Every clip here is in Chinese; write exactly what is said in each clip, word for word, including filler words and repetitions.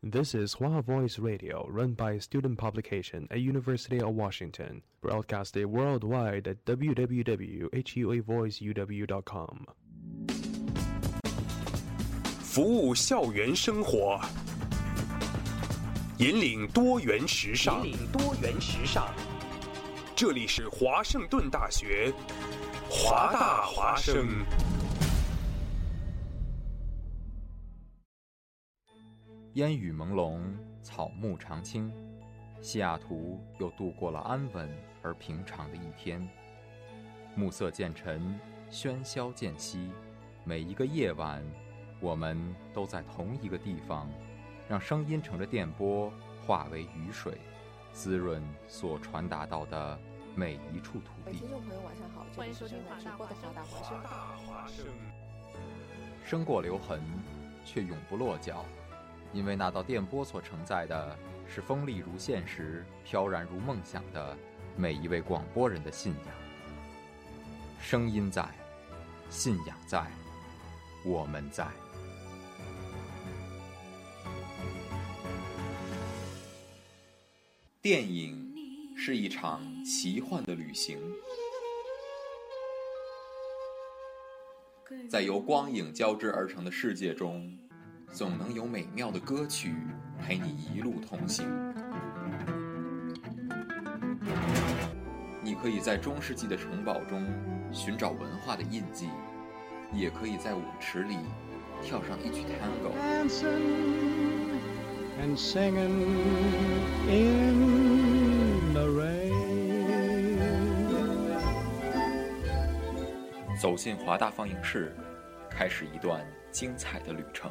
This is Hua Voice Radio, run by student publication at University of Washington, broadcasted worldwide at w w w dot hua voice u w dot com. 服务校园生活，引领多元时尚。引领多元时尚。这里是华盛顿大学，华大华生。 烟雨朦胧，草木常青，西雅图又度过了安稳而平常的一天。暮色渐沉，喧嚣渐息，每一个夜晚，我们都在同一个地方，让声音乘着电波化为雨水，滋润所传达到的每一处土地。 听众朋友晚上好，欢迎收听直播的华大华声。 生过留痕，却永不落脚。因为那道电波所承载的是锋利如现实、飘然如梦想的每一位广播人的信仰。声音在，信仰在，我们在。电影是一场奇幻的旅行，在由光影交织而成的世界中，总能有美妙的歌曲陪你一路同行。你可以在中世纪的城堡中寻找文化的印记，也可以在舞池里跳上一曲 Tango， and singing in the rain。 走进华大放映室，开始一段精彩的旅程。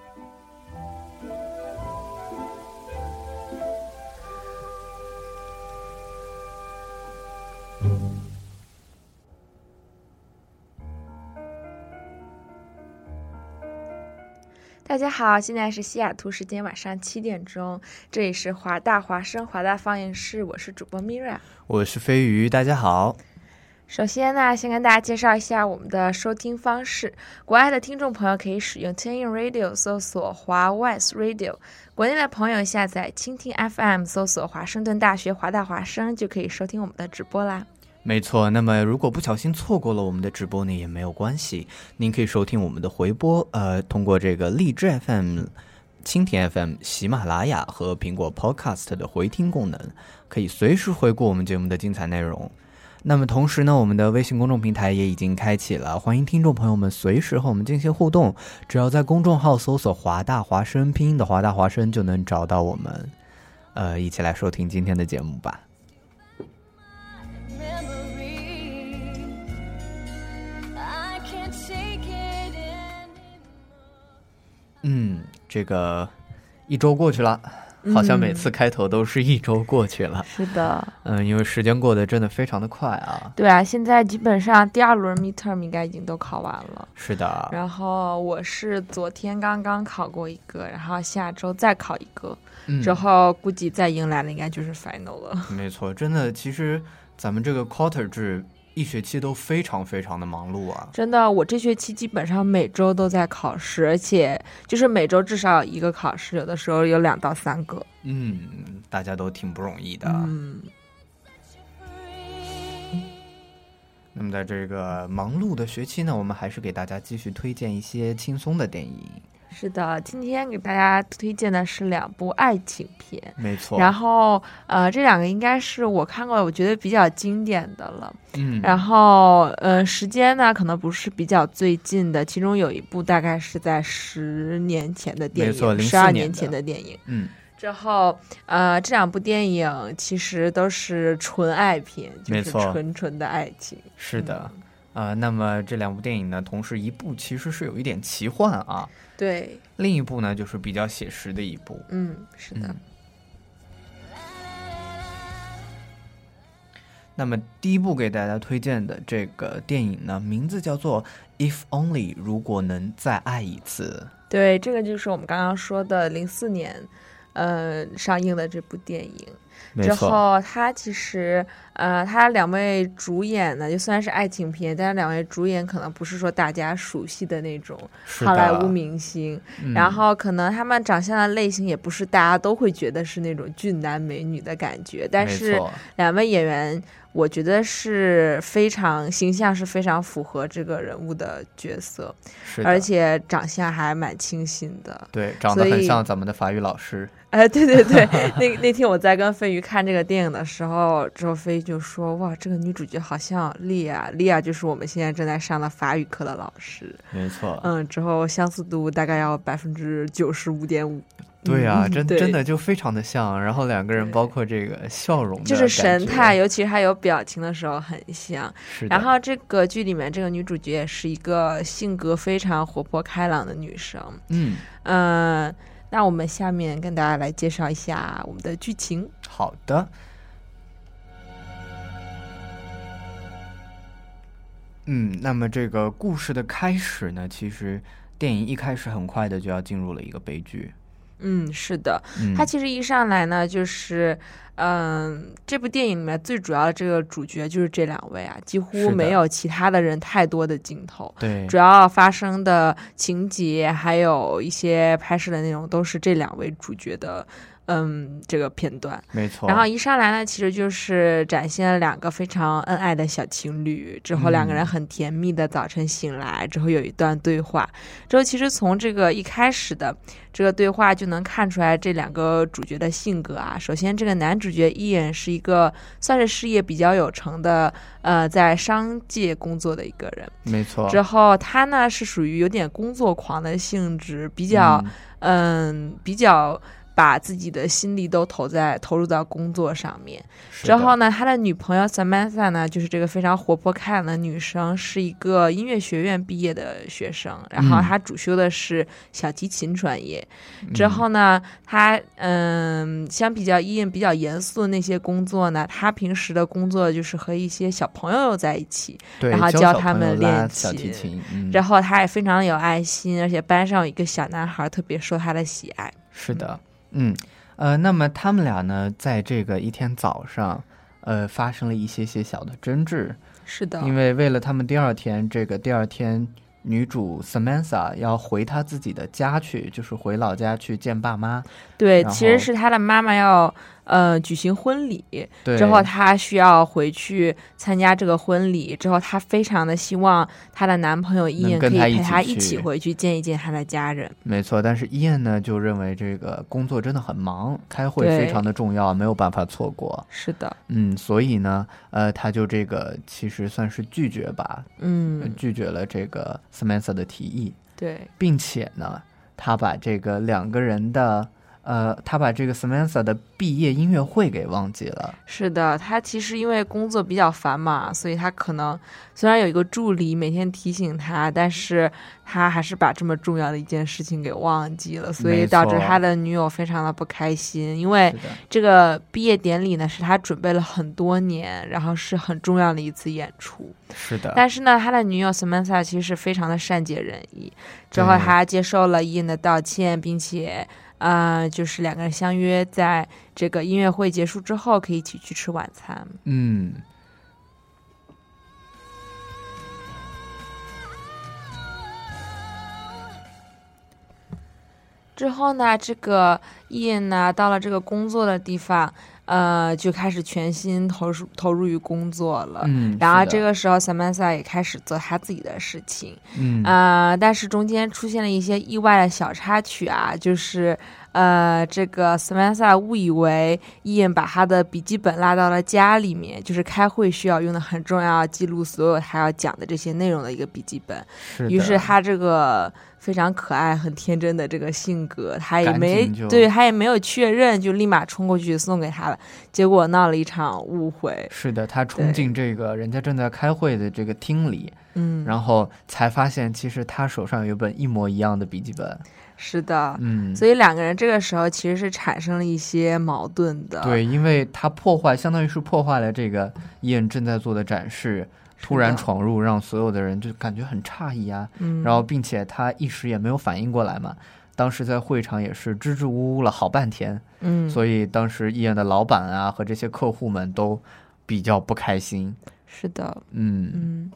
大家好，现在是西雅图时间晚上七点钟，这里是华大华声华大放映室，我是主播 Mira， 我是飞鱼，大家好。 首先呢，先跟大家介绍一下我们的收听方式。国外的听众朋友可以使用 TuneIn Radio 搜索华 West Radio， 国内的朋友下载蜻蜓 F M 搜索华盛顿大学华大华声就可以收听我们的直播啦。 没错，那么如果不小心错过了我们的直播呢，也没有关系，您可以收听我们的回播，呃，通过这个荔枝 F M、蜻蜓 F M、喜马拉雅和苹果 Podcast 的回听功能，可以随时回顾我们节目的精彩内容。那么同时呢，我们的微信公众平台也已经开启了，欢迎听众朋友们随时和我们进行互动，只要在公众号搜索华大华声，拼音的华大华声就能找到我们，呃，一起来收听今天的节目吧。嗯，这个一周过去了，好像每次开头都是一周过去了。 是的， 嗯，因为时间过得真的非常的快啊。 对啊，现在基本上第二轮 midterm 应该已经都考完了。 是的。 然后我是昨天刚刚考过一个，然后下周再考一个，嗯、之后估计再迎来的应该就是 final 了。 没错，真的，其实咱们这个 quarter 制一学期都非常非常的忙碌啊！ 真的，我这学期基本上每周都在考试，而且就是每周至少有一个考试，有的时候有两到三个。 嗯，大家都挺不容易的。 嗯。 那么在这个忙碌的学期呢，我们还是给大家继续推荐一些轻松的电影。 是的，今天给大家推荐的是两部爱情片， 没错。 然后呃，这两个应该是我看过我觉得比较经典的了。 嗯。 然后呃，时间呢可能不是比较最近的，其中有一部大概是在十年前的电影， 没错， 十二年前的电影。 嗯。 之后呃，这两部电影其实都是纯爱片，就是纯纯的爱情。 是的。嗯呃，那么这两部电影呢，同时一部其实是有一点奇幻啊， 对， 另一部呢就是比较写实的一部。 嗯，是的。嗯、 那么第一部给大家推荐的这个电影呢，名字叫做 If Only 如果能再爱一次。 对，这个就是我们刚刚说的零四年呃上映的这部电影。 之后他其实呃，他两位主演呢，就虽然是爱情片，但是两位主演可能不是说大家熟悉的那种好莱坞明星， 嗯、 然后可能他们长相的类型也不是大家都会觉得是那种俊男美女的感觉，但是两位演员我觉得是非常形象，是非常符合这个人物的角色，而且长相还蛮清新的， 对，长得很像咱们的法语老师。 哎，对对对，那那天我在跟飞鱼看这个电影的时候，之后飞鱼就说：“哇，这个女主角好像莉亚，莉亚就是我们现在正在上的法语课的老师。” 没错。 嗯，之后相似度大概要百分之九十五点五。 对啊， 嗯、 真真的就非常的像。然后两个人包括这个笑容的， 就是神态，尤其是他有表情的时候很像。 是的。 然后这个剧里面这个女主角也是一个性格非常活泼开朗的女生。 嗯嗯。呃那我们下面跟大家来介绍一下我们的剧情。 好的。嗯，那么这个故事的开始呢，其实电影一开始很快的就要进入了一个悲剧。 嗯，是的， 嗯、 它其实一上来呢，就是嗯、呃，这部电影里面最主要的这个主角就是这两位啊，几乎没有其他的人太多的镜头。 对， 主要发生的情节还有一些拍摄的内容都是这两位主角的。嗯，这个片段没错。 然后一上来呢，其实就是展现了两个非常恩爱的小情侣，之后两个人很甜蜜的早晨醒来、嗯、之后有一段对话，之后其实从这个一开始的这个对话就能看出来这两个主角的性格啊。首先这个男主角伊恩是一个算是事业比较有成的呃，在商界工作的一个人， 没错。 之后他呢是属于有点工作狂的性质，比较嗯、呃、比较把自己的心力都投在投入到工作上面。之后呢，他的女朋友 Samantha 呢，就是这个非常活泼开朗的女生，是一个音乐学院毕业的学生，然后她主修的是小提琴专业。嗯、之后呢，她嗯，相比较伊恩比较严肃的那些工作呢，她平时的工作就是和一些小朋友在一起，然后教他们练小提琴。嗯、 然后她也非常有爱心，而且班上有一个小男孩特别受她的喜爱。 是的。嗯，呃，那么他们俩呢，在这个一天早上，呃，发生了一些些小的争执。 是的， 因为为了他们第二天，这个第二天女主 Samantha 要回她自己的家去，就是回老家去见爸妈。 对，其实是她的妈妈要呃举行婚礼，之后她需要回去参加这个婚礼。之后她非常的希望她的男朋友伊恩可以陪她一起回去见一见她的家人。 没错，但是伊恩呢就认为这个工作真的很忙，开会非常的重要，没有办法错过。 是的， 嗯，所以呢，呃，他就这个其实算是拒绝吧， 嗯， 拒绝了这个 Samantha 的提议。 对， 并且呢，他把这个两个人的。呃，他把这个 Samantha 的毕业音乐会给忘记了。 是的，他其实因为工作比较繁忙，所以他可能虽然有一个助理每天提醒他，但是他还是把这么重要的一件事情给忘记了，所以导致他的女友非常的不开心。因为这个毕业典礼呢，是他准备了很多年，然后是很重要的一次演出。 是的。 但是呢，他的女友 Samantha 其实是非常的善解人意，之后他接受了伊恩的道歉，并且。呃，就是两个人相约在这个音乐会结束之后可以一起去吃晚餐。 嗯， 之后呢，这个伊恩呢到了这个工作的地方，呃，就开始全心投入投入于工作了。 嗯， 然后这个时候 Samantha 也开始做她自己的事情。 嗯， 呃，但是中间出现了一些意外的小插曲啊，就是呃，这个 Samantha 误以为伊恩把他的笔记本拉到了家里面，就是开会需要用的很重要，记录所有他要讲的这些内容的一个笔记本。于是他这个非常可爱很天真的这个性格，他也没对他也没有确认，就立马冲过去送给他了，结果闹了一场误会。 是的，他冲进这个人家正在开会的这个厅里， 嗯， 然后才发现其实他手上有本一模一样的笔记本。 是的， 嗯， 所以两个人这个时候其实是产生了一些矛盾的。 对，因为他破坏，相当于是破坏了这个伊恩正在做的展示，突然闯入，让所有的人就感觉很诧异啊。 嗯， 然后并且他一时也没有反应过来嘛， 当时在会场也是支支吾吾了好半天， 嗯， 所以当时伊恩的老板啊和这些客户们都比较不开心。 是的， 嗯嗯，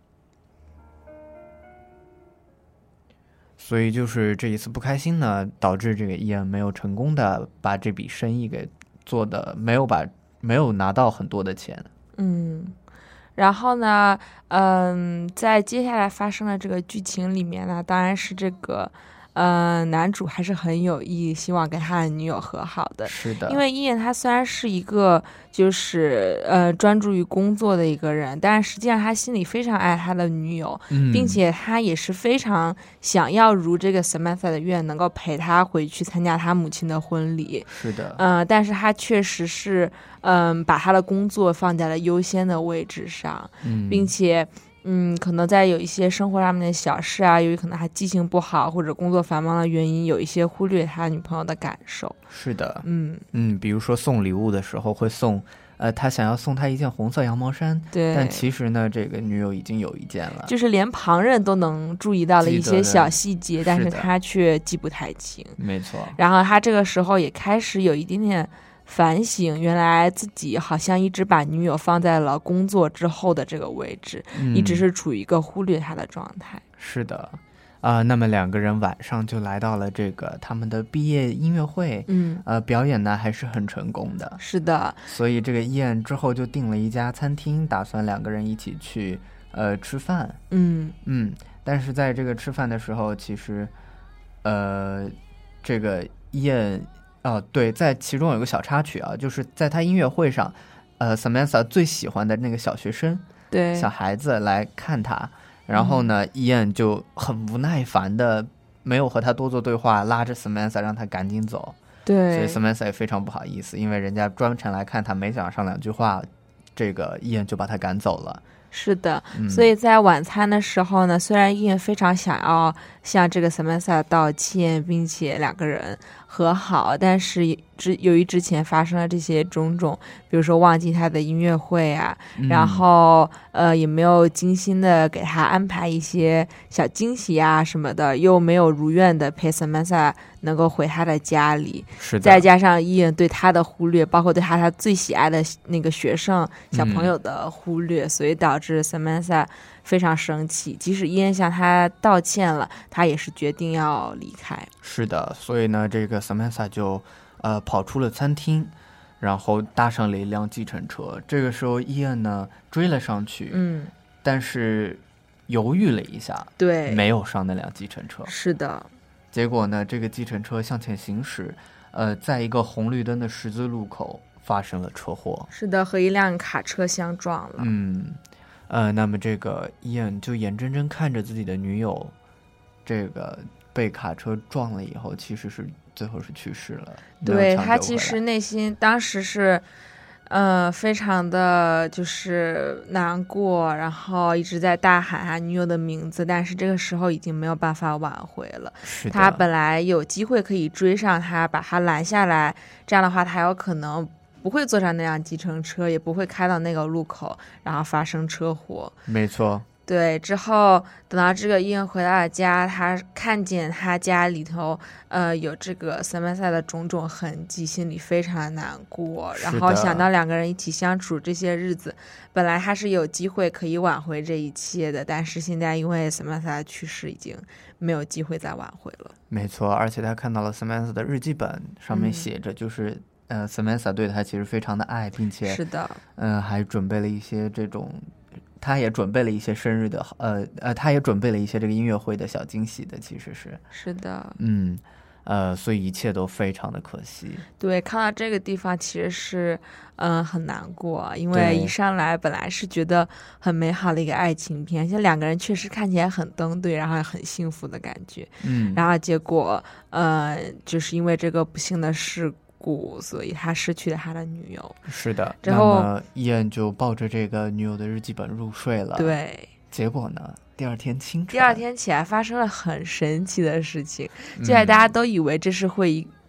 所以就是这一次不开心呢，导致这个伊恩没有成功的把这笔生意给做的，没有把没有拿到很多的钱。 嗯，然后呢，嗯，在接下来发生的这个剧情里面呢，当然是这个，呃，男主还是很有意，希望跟他的女友和好的。 是的， 因为伊恩他虽然是一个就是呃专注于工作的一个人，但是实际上他心里非常爱他的女友， 嗯、 并且他也是非常想要如这个 Samantha 的愿，能够陪他回去参加他母亲的婚礼。 是的， 嗯、呃，但是他确实是嗯、呃、把他的工作放在了优先的位置上， 嗯、 并且。嗯，可能在有一些生活上面的小事啊，由于可能他记性不好或者工作繁忙的原因，有一些忽略他女朋友的感受。 是的， 嗯嗯，比如说送礼物的时候会送，呃，他想要送他一件红色羊毛衫， 对， 但其实呢，这个女友已经有一件了， 就是连旁人都能注意到了一些小细节，但是是的他却记不太清。 没错， 然后他这个时候也开始有一点点反省，原来自己好像一直把女友放在了工作之后的这个位置， 嗯、 一直是处于一个忽略她的状态。 是的，啊、呃，那么两个人晚上就来到了这个他们的毕业音乐会， 嗯， 呃，表演呢还是很成功的。 是的， 所以这个伊恩之后就订了一家餐厅，打算两个人一起去呃吃饭。 嗯嗯，但是在这个吃饭的时候，其实呃这个伊恩。哦，对，在其中有个小插曲啊，就是在他音乐会上，呃 ，Samantha 最喜欢的那个小学生， 对， 小孩子来看他，然后呢，伊恩、嗯、就很不耐烦的没有和他多做对话，拉着 Samantha 让他赶紧走。 对， 所以 Samantha 也非常不好意思，因为人家专程来看他，没讲上两句话，这个伊恩就把他赶走了。 是的、 嗯， 所以在晚餐的时候呢，虽然伊恩非常想要向这个 Samantha 道歉，并且两个人和好，但是之由于之前发生了这些种种，比如说忘记他的音乐会啊， 嗯、 然后呃也没有精心的给他安排一些小惊喜啊什么的，又没有如愿的陪 Samantha 能够回他的家里， 是的， 再加上伊恩对他的忽略，包括对他他最喜爱的那个学生小朋友的忽略、嗯、所以导致 Samantha 非常生气，即使伊恩向他道歉了，他也是决定要离开。 是的，所以呢这个 Samantha 就呃跑出了餐厅，然后搭上了一辆计程车。这个时候伊恩呢追了上去， 嗯， 但是犹豫了一下， 对， 没有上那辆计程车。 是的， 结果呢这个计程车向前行驶，呃在一个红绿灯的十字路口发生了车祸。 是的，和一辆卡车相撞了。 嗯呃那么这个伊恩就眼睁睁看着自己的女友这个被卡车撞了以后，其实是最后是去世了。 对，他其实内心当时是呃非常的就是难过，然后一直在大喊他女友的名字，但是这个时候已经没有办法挽回了。他本来有机会可以追上他，把他拦下来，这样的话他有可能不会坐上那辆计程车，也不会开到那个路口，然后发生车祸。 没错。 对，之后等到这个伊恩回到了家，他看见他家里头呃有这个 Samantha 的种种痕迹，心里非常的难过，然后想到两个人一起相处这些日子，本来他是有机会可以挽回这一切的，但是现在因为 Samantha 的去世，已经没有机会再挽回了。 没错，而且他看到了 Samantha 的日记本，上面写着就是、嗯、呃 Samantha 对他其实非常的爱，并且是的， 嗯、呃，还准备了一些这种。他也准备了一些生日的，呃呃，他也准备了一些这个音乐会的小惊喜的，其实是是的， 嗯，呃，所以一切都非常的可惜。 对，看到这个地方其实是嗯、呃、很难过，因为一上来本来是觉得很美好的一个爱情片，像两个人确实看起来很登对，然后也很幸福的感觉， 嗯， 然后结果呃就是因为这个不幸的事故。所以他失去了他的女友。 是的， 之后那么伊恩就抱着这个女友的日记本入睡了。 对， 结果呢，第二天清晨， 第二天起来发生了很神奇的事情，就在大家都以为这是会一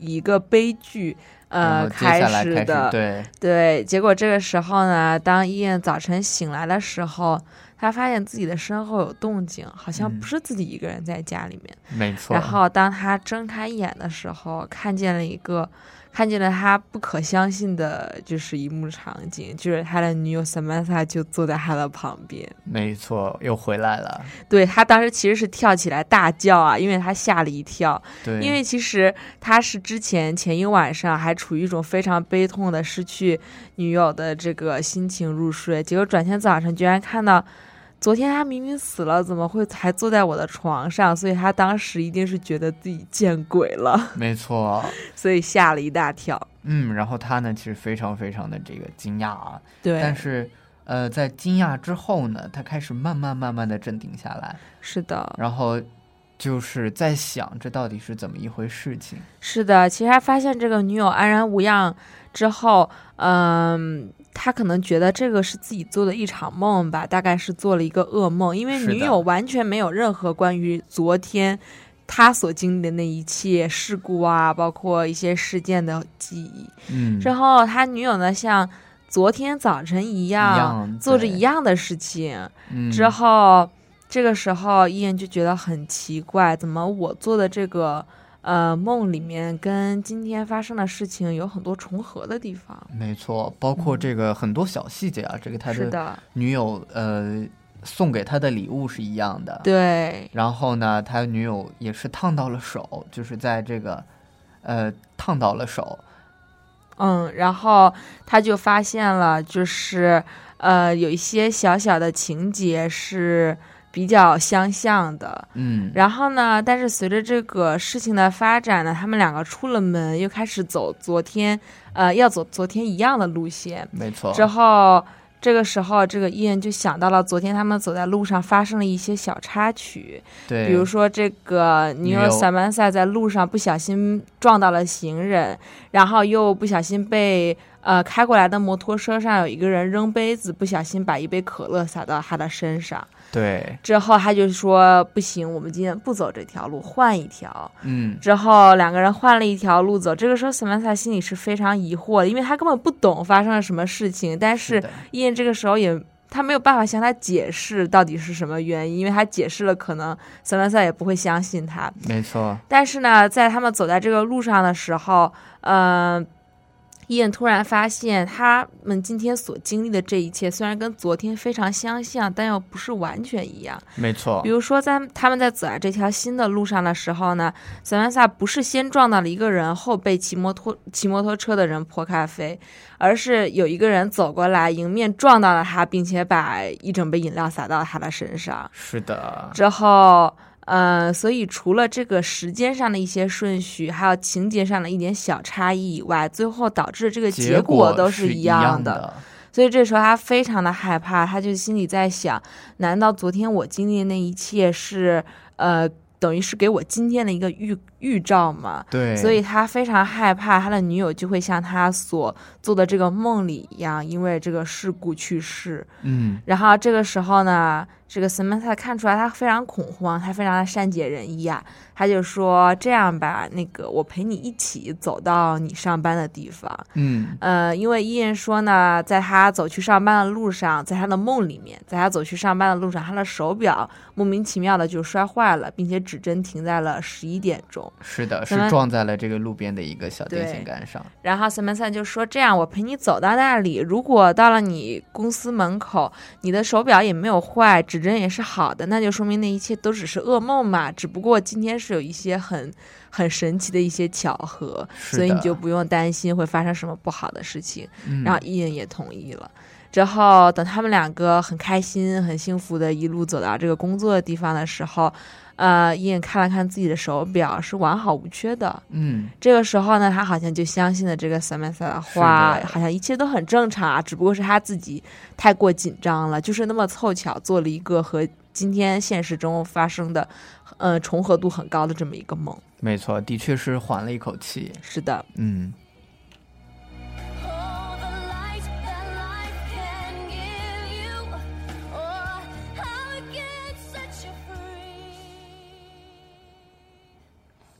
以一个悲剧呃开始的， 对对。结果这个时候呢，当伊恩早晨醒来的时候，他发现自己的身后有动静，好像不是自己一个人在家里面。 嗯、没错。 然后当他睁开眼的时候，看见了一个。看见了他不可相信的，就是一幕场景，就是他的女友 Samantha 就坐在他的旁边。 没错，又回来了。 对，他当时其实是跳起来大叫啊，因为他吓了一跳。 对， 因为其实他是之前前一晚上还处于一种非常悲痛的失去女友的这个心情入睡，结果转天早上居然看到。昨天他明明死了，怎么会还坐在我的床上？所以他当时一定是觉得自己见鬼了。 没错， 所以吓了一大跳。 嗯，然后他呢，其实非常非常的这个惊讶啊。 对。 但是，呃，在惊讶之后呢，他开始慢慢慢慢的镇定下来。 是的。 然后就是在想，这到底是怎么一回事情？ 是的，其实他发现这个女友安然无恙之后，嗯。他可能觉得这个是自己做的一场梦吧，大概是做了一个噩梦，因为女友完全没有任何关于昨天他所经历的那一切事故啊，包括一些事件的记忆。 嗯， 之后他女友呢，像昨天早晨一样, 一样做着一样的事情。 嗯， 之后这个时候伊恩就觉得很奇怪，怎么我做的这个。呃，梦里面跟今天发生的事情有很多重合的地方。 没错，包括这个很多小细节啊，嗯、这个他的女友呃送给他的礼物是一样的。 对。 然后呢，他女友也是烫到了手，就是在这个呃烫到了手。 嗯，然后他就发现了，就是呃有一些小小的情节是。比较相像的， 嗯， 然后呢，但是随着这个事情的发展呢，他们两个出了门，又开始走昨天，呃，要走昨天一样的路线， 没错。 之后这个时候，这个伊恩就想到了昨天他们走在路上发生了一些小插曲， 对， 比如说这个女友 Samantha 在路上不小心撞到了行人，然后又不小心被呃开过来的摩托车上有一个人扔杯子，不小心把一杯可乐洒到他的身上。 对， 之后他就说不行，我们今天不走这条路，换一条。 嗯， 之后两个人换了一条路走。这个时候 Samantha 心里是非常疑惑的，因为他根本不懂发生了什么事情，但是伊恩这个时候也他没有办法向他解释到底是什么原因，因为他解释了可能 Samantha 也不会相信他。 没错。 但是呢，在他们走在这个路上的时候，嗯、呃。伊恩突然发现他们今天所经历的这一切虽然跟昨天非常相像，但又不是完全一样。 没错。 比如说在他们在走在这条新的路上的时候呢，萨曼萨不是先撞到了一个人后被骑摩托骑摩托车的人泼咖啡，而是有一个人走过来迎面撞到了他，并且把一整杯饮料洒到他的身上。 是的。 之后呃，所以除了这个时间上的一些顺序，还有情节上的一点小差异以外，最后导致这个结果都是一样的。 结果是一样的。 所以这时候他非常的害怕，他就心里在想，难道昨天我经历的那一切是呃等于是给我今天的一个预预兆吗？ 对。 所以他非常害怕他的女友就会像他所做的这个梦里一样，因为这个事故去世。 嗯。 然后这个时候呢，这个 Samantha 看出来他非常恐慌，他非常的善解人意啊，他就说这样吧，那个我陪你一起走到你上班的地方。 嗯， 呃，因为伊恩说呢，在他走去上班的路上，在他的梦里面，在他走去上班的路上，他的手表莫名其妙的就摔坏了，并且指针停在了十一点钟。 是的，是撞在了这个路边的一个小电线杆上。 然后 Samantha 就说这样，我陪你走到那里，如果到了你公司门口，你的手表也没有坏，指针也是好的，那就说明那一切都只是噩梦嘛，只不过今天是有一些很很神奇的一些巧合，所以你就不用担心会发生什么不好的事情。 嗯、 然后伊恩也同意了。之后等他们两个很开心很幸福的一路走到这个工作的地方的时候，呃，伊恩看了看自己的手表，是完好无缺的。 嗯， 这个时候呢，他好像就相信了这个 Samantha 的话，好像一切都很正常啊，只不过是他自己太过紧张了，就是那么凑巧做了一个和今天现实中发生的，呃，重合度很高的这么一个梦。 没错，的确是缓了一口气。 是的， 嗯。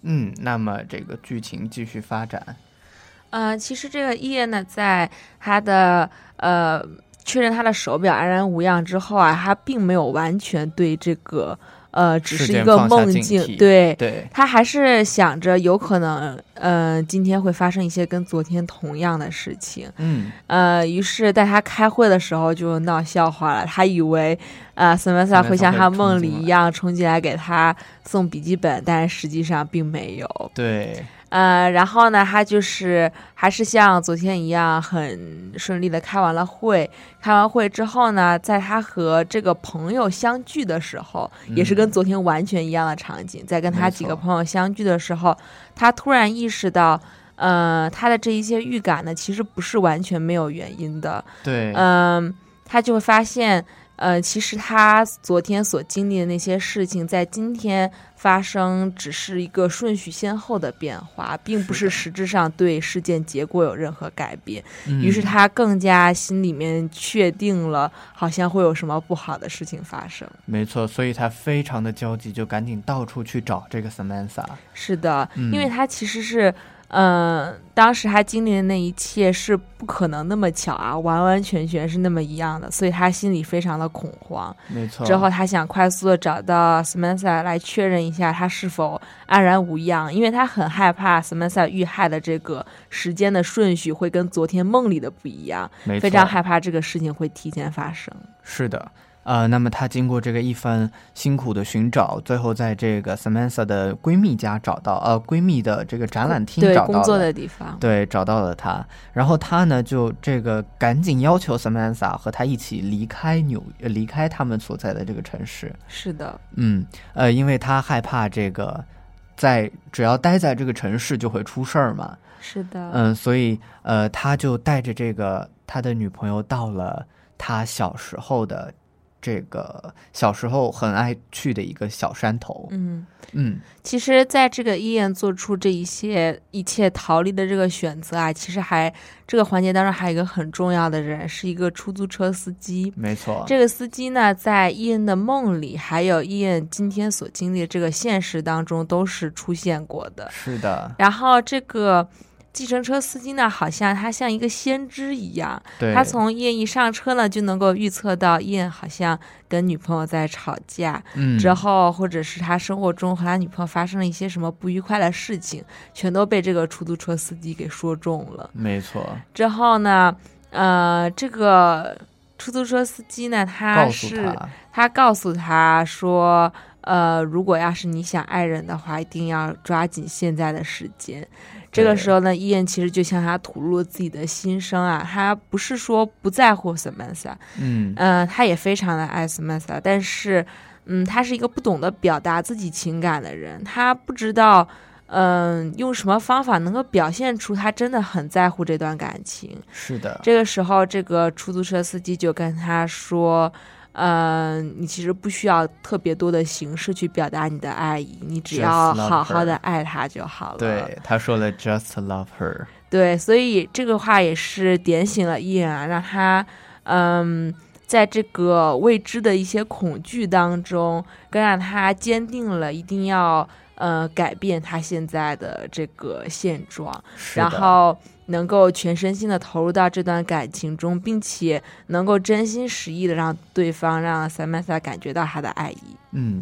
嗯，那么这个剧情继续发展。 呃，其实这个伊恩呢，在他的呃确认他的手表安然无恙之后啊，他并没有完全对这个呃只是一个梦境，对对， 他还是想着有可能呃今天会发生一些跟昨天同样的事情。 嗯， 呃，于是在他开会的时候就闹笑话了，他以为呃 Samantha 会像他梦里一样冲进来给他送笔记本，但是实际上并没有。 对。 呃，然后呢，他就是还是像昨天一样很顺利的开完了会。开完会之后呢，在他和这个朋友相聚的时候，嗯、也是跟昨天完全一样的场景。在跟他几个朋友相聚的时候，他突然意识到，呃，他的这一些预感呢，其实不是完全没有原因的。 对， 嗯、呃，他就会发现。呃，其实他昨天所经历的那些事情，在今天发生，只是一个顺序先后的变化，并不是实质上对事件结果有任何改变。 嗯、 于是他更加心里面确定了，好像会有什么不好的事情发生。 没错，所以他非常的焦急，就赶紧到处去找这个 Samantha。 是的， 嗯、 因为他其实是。嗯、呃，当时他经历的那一切是不可能那么巧啊，完完全全是那么一样的，所以他心里非常的恐慌。 没错。 之后他想快速的找到 Samantha 来确认一下他是否安然无恙，因为他很害怕 Samantha 遇害的这个时间的顺序会跟昨天梦里的不一样， 没错， 非常害怕这个事情会提前发生。 是的。呃，那么她经过这个一番辛苦的寻找，最后在这个 Samantha 的闺蜜家找到，呃，闺蜜的这个展览厅找到了， 对，工作的地方， 对，找到了她。然后她呢，就这个赶紧要求 Samantha 和她一起离开纽，呃，离开他们所在的这个城市。 是的， 嗯，呃，因为她害怕这个，在只要待在这个城市就会出事儿嘛。 是的， 嗯，所以呃，他就带着这个他的女朋友到了他小时候的。这个小时候很爱去的一个小山头。 嗯嗯， 其实在这个伊恩做出这一些一切逃离的这个选择啊，其实还这个环节当中还有一个很重要的人，是一个出租车司机。 没错， 这个司机呢，在伊恩的梦里，还有伊恩今天所经历的这个现实当中都是出现过的。 是的。 然后这个计程车司机呢，好像他像一个先知一样， 对， 他从伊恩一上车呢，就能够预测到伊恩好像跟女朋友在吵架， 嗯， 之后或者是他生活中和他女朋友发生了一些什么不愉快的事情，全都被这个出租车司机给说中了。 没错。 之后呢，呃，这个出租车司机呢，他是告诉他， 他告诉他说，呃，如果要是你想爱人的话，一定要抓紧现在的时间。这个时候呢，伊恩其实就向他吐露了自己的心声啊，他不是说不在乎 Samantha， 嗯， 呃，他也非常的爱 Samantha， 但是，嗯，他是一个不懂得表达自己情感的人，他不知道，嗯、呃，用什么方法能够表现出他真的很在乎这段感情。 是的。 这个时候，这个出租车司机就跟他说，嗯、呃，你其实不需要特别多的形式去表达你的爱意，你只要好好的爱他就好了。 对，他说了 just love her。 对，所以这个话也是点醒了伊恩啊，让他嗯，在这个未知的一些恐惧当中，更让他坚定了一定要呃改变他现在的这个现状，然后能够全身心的投入到这段感情中，并且能够真心实意的让对方让 Samantha 感觉到他的爱意。 嗯，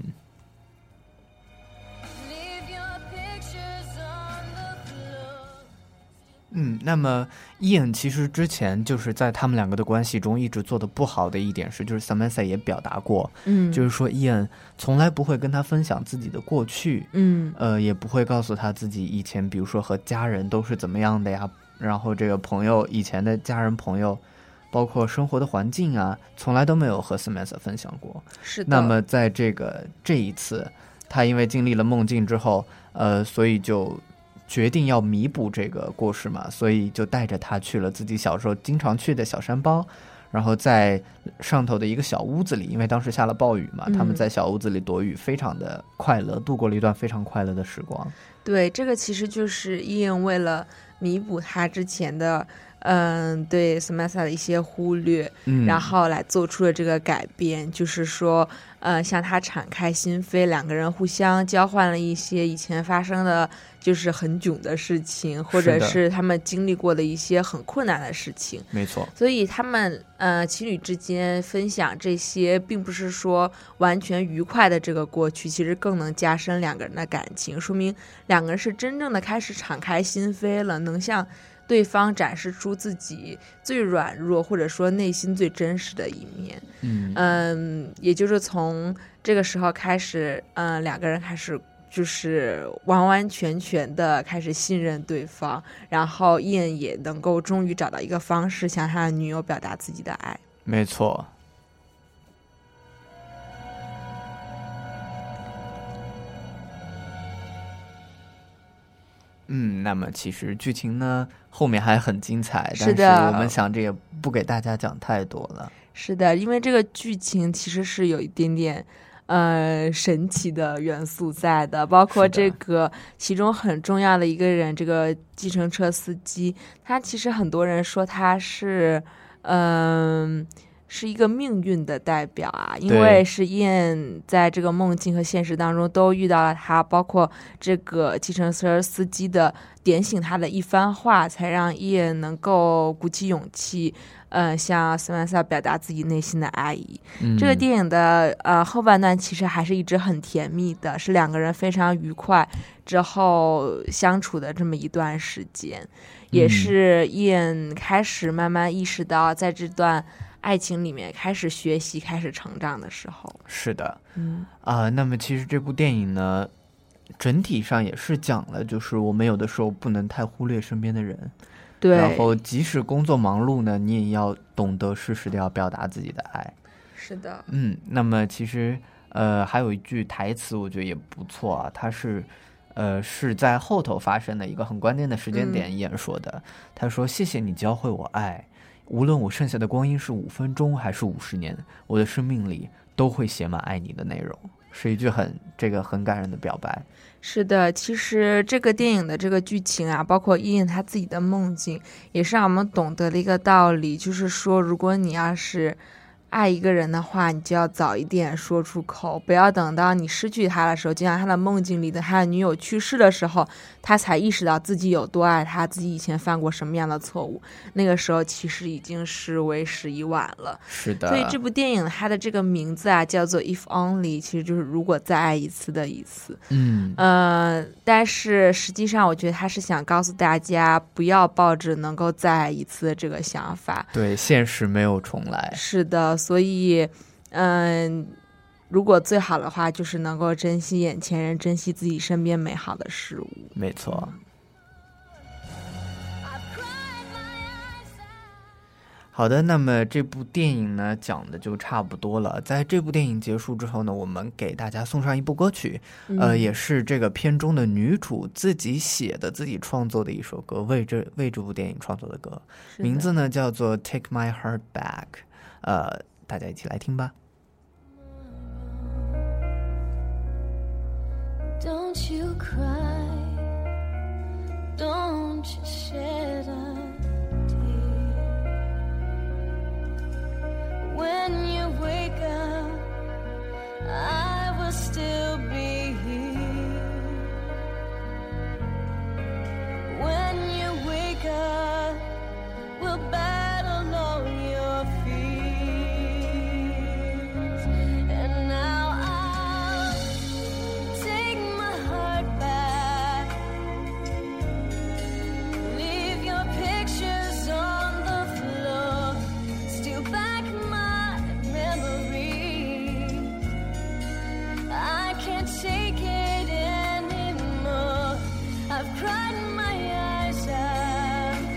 嗯，那么伊恩其实之前就是在他们两个的关系中一直做的不好的一点是，就是 Samantha 也表达过， 嗯， 就是说伊恩从来不会跟他分享自己的过去， 嗯， 呃，也不会告诉他自己以前，比如说和家人都是怎么样的呀，然后这个朋友以前的家人朋友，包括生活的环境啊，从来都没有和 Samantha 分享过。 是的。 那么在这个这一次，他因为经历了梦境之后，呃，所以就决定要弥补这个过失嘛，所以就带着他去了自己小时候经常去的小山包，然后在上头的一个小屋子里，因为当时下了暴雨嘛， 嗯、 他们在小屋子里躲雨，非常的快乐，度过了一段非常快乐的时光。 对，这个其实就是伊恩为了弥补他之前的嗯，对 Samantha 的一些忽略， 嗯， 然后来做出了这个改变，就是说，呃，向他敞开心扉，两个人互相交换了一些以前发生的就是很囧的事情，或者是他们经历过的一些很困难的事情。 没错， 所以他们呃情侣之间分享这些，并不是说完全愉快的这个过去，其实更能加深两个人的感情，说明两个人是真正的开始敞开心扉了，能向对方展示出自己最软弱或者说内心最真实的一面。 嗯嗯，也就是从这个时候开始，嗯，两个人开始就是完完全全的开始信任对方，然后伊恩也能够终于找到一个方式向他的女友表达自己的爱。 没错。嗯，那么其实剧情呢后面还很精彩， 是的， 但是我们想这也不给大家讲太多了。 是的，因为这个剧情其实是有一点点呃神奇的元素在的，包括这个其中很重要的一个人，这个计程车司机，他其实很多人说他是嗯。呃是一个命运的代表啊，因为是伊恩在这个梦境和现实当中都遇到了他，包括这个计程车司机的点醒他的一番话，才让伊恩能够鼓起勇气呃，向斯曼萨表达自己内心的爱意。嗯、这个电影的呃后半段其实还是一直很甜蜜的，是两个人非常愉快之后相处的这么一段时间，也是伊恩开始慢慢意识到在这段爱情里面开始学习开始成长的时候。 是的， 嗯啊、呃，那么其实这部电影呢整体上也是讲了就是我们有的时候不能太忽略身边的人， 对， 然后即使工作忙碌呢你也要懂得适时的要表达自己的爱。 是的， 嗯，那么其实呃还有一句台词我觉得也不错啊，它是呃是在后头发生的一个很关键的时间点演说的、嗯、他说谢谢你教会我爱，无论我剩下的光阴是五分钟还是五十年，我的生命里都会写满爱你的内容，是一句很这个很感人的表白。 是的，其实这个电影的这个剧情啊，包括伊恩他自己的梦境，也是让我们懂得了一个道理，就是说如果你要是爱一个人的话，你就要早一点说出口，不要等到你失去他的时候，就像他的梦境里的他的女友去世的时候，他才意识到自己有多爱他，自己以前犯过什么样的错误，那个时候其实已经是为时已晚了。 是的， 所以这部电影它的这个名字啊叫做 If Only， 其实就是如果再爱一次的意思。 嗯呃，但是实际上我觉得他是想告诉大家不要抱着能够再爱一次的这个想法， 对，现实没有重来。 是的，所以嗯，如果最好的话就是能够珍惜眼前人，珍惜自己身边美好的事物。 没错。好的，那么这部电影呢讲的就差不多了。在这部电影结束之后呢，我们给大家送上一部歌曲、嗯、呃，也是这个片中的女主自己写的自己创作的一首歌，为这为这部电影创作的歌，名字呢叫做 Take My Heart Back， 呃，大家一起来听吧。 Don't you cry, don't you shed a When you wake up, I will still be here. When you wake up, we'll battle all your fears. And now I'll take my heart back. Leave your pictures on the floor. Steal back I can't take it anymore. I've cried my eyes out.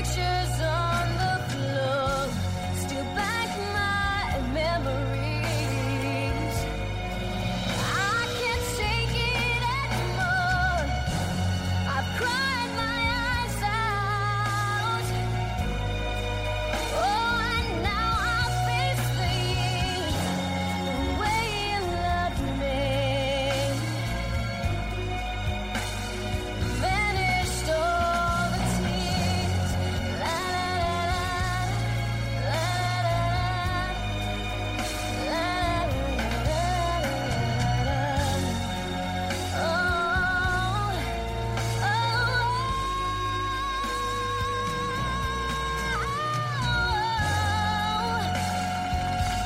pictures on the floor steal back my memories. I can't take it anymore. I've cried my eyes out. Oh, and now I face the years the way you loved me. Vanished all the tears. La la la la, la la la la. Oh, oh, oh.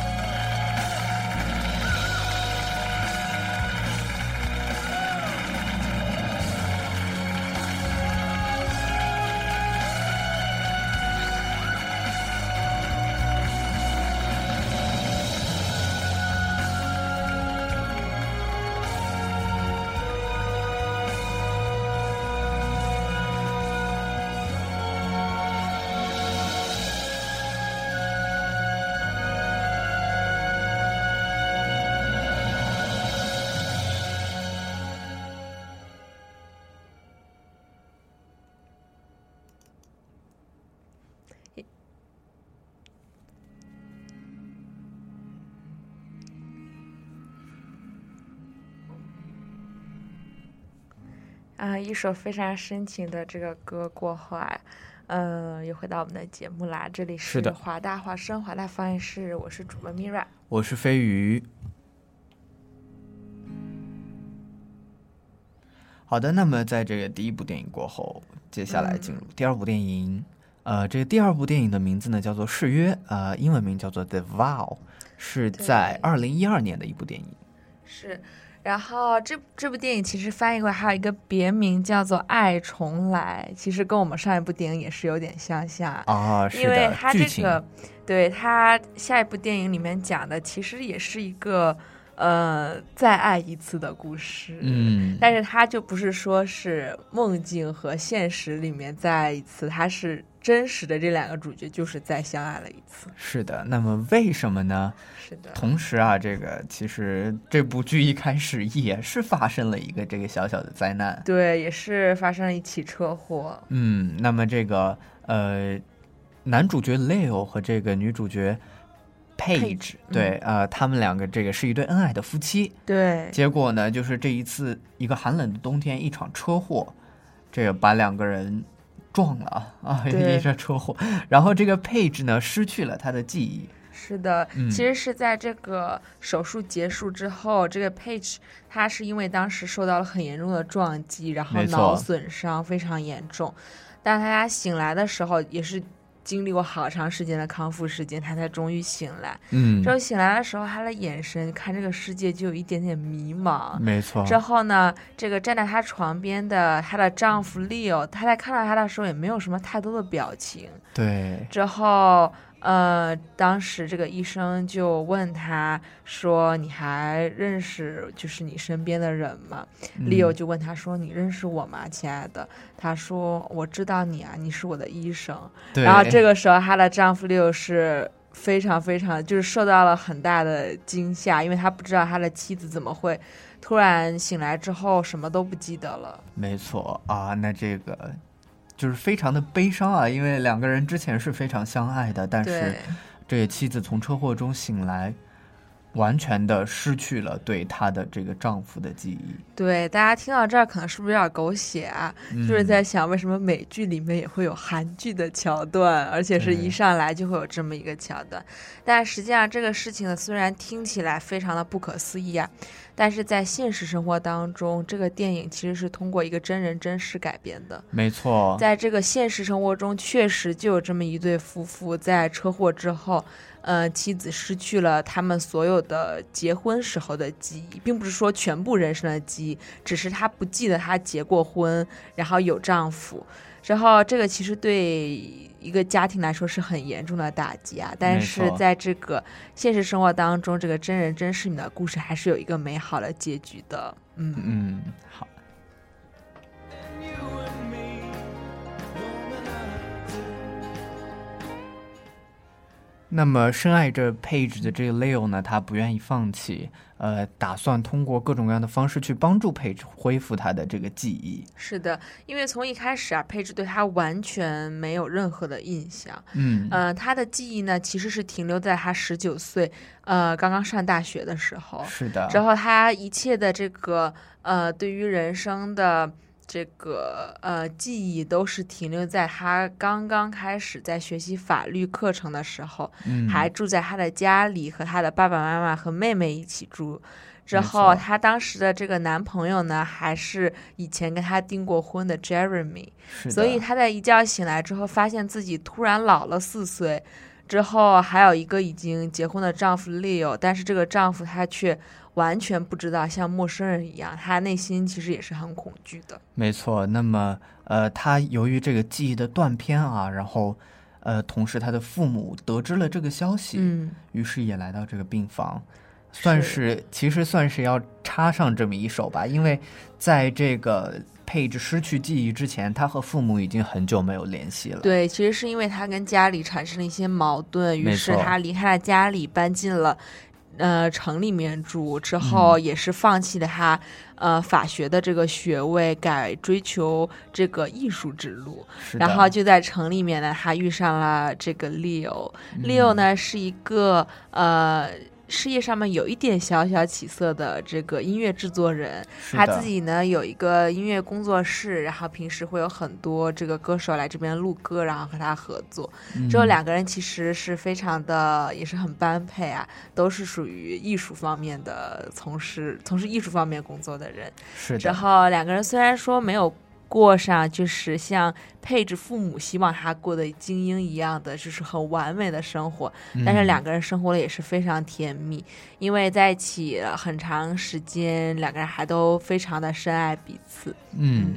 啊、一首非常深情的这个歌过后啊，嗯、又回到我们的节目啦。这里是的华大华声华大放映室，我是主播 Mira。 我是飞鱼。好的，那么在这个第一部电影过后，接下来进入第二部电影。呃，这个第二部电影的名字呢叫做《誓约》，呃，英文名叫做《The Vow》，是在二零一二年的一部电影。 是，然后这这部电影其实翻译过来还有一个别名叫做《爱重来》，其实跟我们上一部电影也是有点相像啊，是的， 因为它这剧情个，对它下一部电影里面讲的其实也是一个呃再爱一次的故事， 嗯， 但是它就不是说是梦境和现实里面再爱一次，它是真实的这两个主角就是再相爱了一次。 是的，那么为什么呢？ 是的， 同时啊，这个其实这部剧一开始也是发生了一个这个小小的灾难， 对，也是发生了一起车祸。 嗯，那么这个呃，男主角 Leo 和这个女主角 Paige，, Paige 对， 嗯、 呃，他们两个这个是一对恩爱的夫妻。 对， 结果呢，就是这一次一个寒冷的冬天，一场车祸，这个把两个人撞了啊，一场车祸，然后这个 Paige 呢失去了她的记忆。 是的， 嗯其实是在这个手术结束之后，这个 Paige 她是因为当时受到了很严重的撞击，然后没错脑损伤非常严重，但她醒来的时候也是经历过好长时间的康复时间，她才终于醒来。 嗯之后醒来的时候，她的眼神看这个世界就有一点点迷茫。 没错。 之后呢，这个站在她床边的她的丈夫 Leo， 他在看到她的时候也没有什么太多的表情。 对， 之后，呃，当时这个医生就问他说：“你还认识就是你身边的人吗？” Leo 就问他说：“你认识我吗，亲爱的？”他说：“我知道你啊，你是我的医生。” 对， 然后这个时候，她的丈夫 Leo 是非常非常就是受到了很大的惊吓，因为他不知道他的妻子怎么会突然醒来之后什么都不记得了。 没错啊，那这个就是非常的悲伤啊，因为两个人之前是非常相爱的，但是对这个妻子从车祸中醒来，完全的失去了对她的这个丈夫的记忆。 对，大家听到这儿可能是不是有点狗血啊？ 嗯就是在想为什么美剧里面也会有韩剧的桥段，而且是一上来就会有这么一个桥段。但实际上这个事情呢，虽然听起来非常的不可思议啊，但是在现实生活当中，这个电影其实是通过一个真人真事改编的。 没错， 在这个现实生活中，确实就有这么一对夫妇，在车祸之后，呃，妻子失去了他们所有的结婚时候的记忆，并不是说全部人生的记忆，只是她不记得她结过婚，然后有丈夫。之后，这个其实对一个家庭来说是很严重的打击啊。但是在这个现实生活当中，这个真人真事里的故事还是有一个美好的结局的。嗯嗯，好。 You and me, woman, I 那么深爱着 Paige 的这个 Leo 呢，他不愿意放弃，呃，打算通过各种各样的方式去帮助 Paige 恢复他的这个记忆。 是的，因为从一开始啊，Paige对他完全没有任何的印象。 嗯， 呃，他的记忆呢，其实是停留在他十九岁，呃，刚刚上大学的时候。 是的。 之后他一切的这个呃，对于人生的这个呃记忆都是停留在他刚刚开始在学习法律课程的时候， 嗯， 还住在他的家里，和他的爸爸妈妈和妹妹一起住。之没后错他当时的这个男朋友呢，还是以前跟他订过婚的 Jeremy。 是的。 所以他在一觉醒来之后，发现自己突然老了四岁。之后还有一个已经结婚的丈夫 Leo， 但是这个丈夫他却完全不知道，像陌生人一样，他内心其实也是很恐惧的。 没错。那么呃，他由于这个记忆的断片啊，然后呃，同时他的父母得知了这个消息， 嗯， 于是也来到这个病房，算是其实算是要插上这么一手吧，因为在这个Paige失去记忆之前，他和父母已经很久没有联系了。 对，其实是因为他跟家里产生了一些矛盾，于是他离开了家里，搬进了呃城里面住，之后也是放弃了他、嗯、呃法学的这个学位，改追求这个艺术之路。然后就在城里面呢，他遇上了这个 Leo。Leo、嗯、呢是一个呃。事业上面有一点小小起色的这个音乐制作人，他自己呢有一个音乐工作室，然后平时会有很多这个歌手来这边录歌，然后和他合作。 嗯、 之后两个人其实是非常的，也是很般配啊，都是属于艺术方面的，从事从事艺术方面工作的人。 是的。 之后两个人虽然说没有过上就是像Paige父母希望他过的精英一样的就是很完美的生活、嗯、但是两个人生活的也是非常甜蜜，因为在一起了很长时间，两个人还都非常的深爱彼此。 嗯，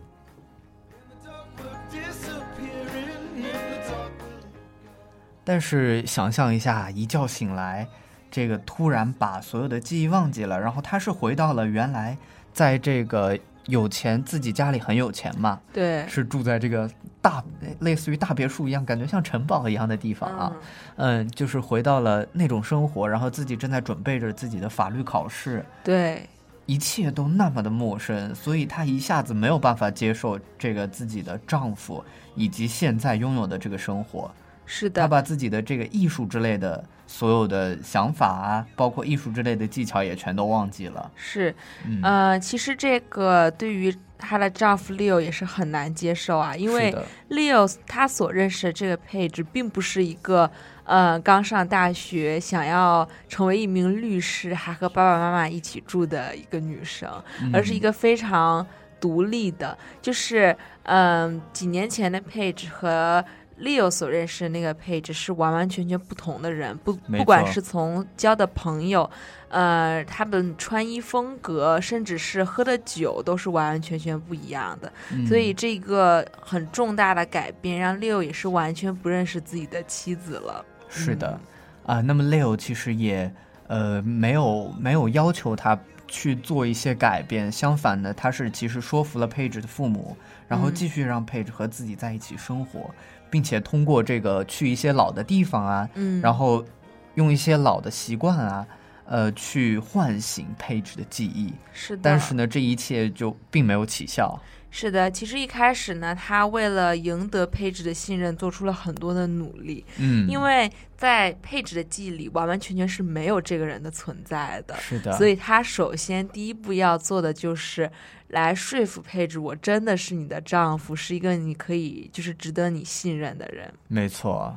但是想象一下，一觉醒来，这个突然把所有的记忆忘记了，然后他是回到了原来在这个有钱，自己家里很有钱嘛， 对， 是住在这个大类似于大别墅一样，感觉像城堡一样的地方啊。嗯, 嗯，就是回到了那种生活，然后自己正在准备着自己的法律考试， 对， 一切都那么的陌生，所以她一下子没有办法接受这个自己的丈夫以及现在拥有的这个生活。 是的， 她把自己的这个艺术之类的所有的想法啊，包括艺术之类的技巧也全都忘记了。 是， 嗯、 呃，其实这个对于她的丈夫 Leo 也是很难接受啊，因为 Leo 他所认识的这个 Paige 并不是一个呃刚上大学想要成为一名律师还和爸爸妈妈一起住的一个女生、嗯、而是一个非常独立的，就是嗯、呃、几年前的 Paige 和Leo 所认识的那个 Paige 是完完全全不同的人，不不管是从交的朋友，呃，他们穿衣风格，甚至是喝的酒，都是完完全全不一样的。嗯、所以这个很重大的改变，让 Leo 也是完全不认识自己的妻子了。 是的，啊、嗯呃，那么 Leo 其实也呃没有没有要求他去做一些改变，相反的，他是其实说服了 Paige 的父母，然后继续让 Paige 和自己在一起生活。嗯，并且通过这个去一些老的地方啊，嗯，然后用一些老的习惯啊，呃，去唤醒 Paige 的记忆。 是的， 但是呢，这一切就并没有起效。 是的，其实一开始呢，他为了赢得 Paige 的信任，做出了很多的努力。嗯，因为在 Paige 的记忆里，完完全全是没有这个人的存在的。 是的， 所以他首先第一步要做的就是来说服 Paige， 我真的是你的丈夫，是一个你可以就是值得你信任的人。 没错。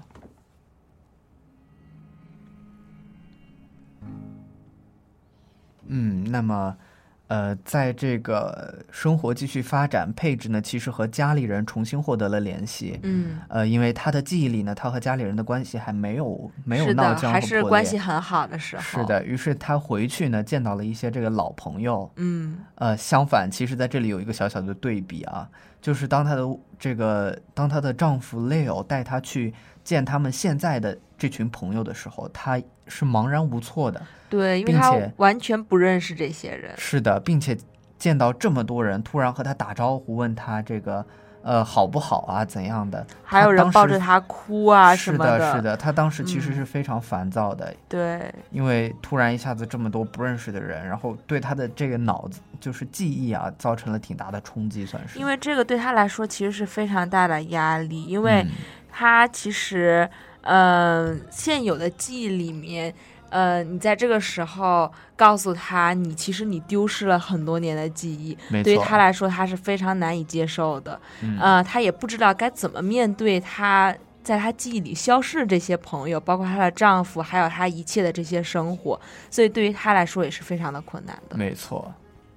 嗯，那么呃，在这个生活继续发展，Paige呢其实和家里人重新获得了联系。嗯，呃，因为他的记忆里呢，他和家里人的关系还没有没有闹僵和破裂， 还是关系很好的时候。 是的，于是他回去呢，见到了一些这个老朋友。 嗯， 呃，相反，其实在这里有一个小小的对比啊，就是当他的这个当他的丈夫 Leo 带他去见他们现在的这群朋友的时候，他是茫然无措的。 对，因为他完全不认识这些人。 是的，并且见到这么多人，突然和他打招呼，问他这个呃好不好啊怎样的， 还有人抱着他哭啊什是么的是的，他当时其实是非常烦躁的、 嗯、对， 因为突然一下子这么多不认识的人，然后对他的这个脑子就是记忆啊造成了挺大的冲击，算是。 因为这个对他来说其实是非常大的压力，因为他其实嗯、呃、现有的记忆里面呃，你在这个时候告诉他你其实你丢失了很多年的记忆，对于他来说他是非常难以接受的、嗯、呃，他也不知道该怎么面对他在他记忆里消失的这些朋友，包括她的丈夫，还有她一切的这些生活，所以对于他来说也是非常的困难的。 没错。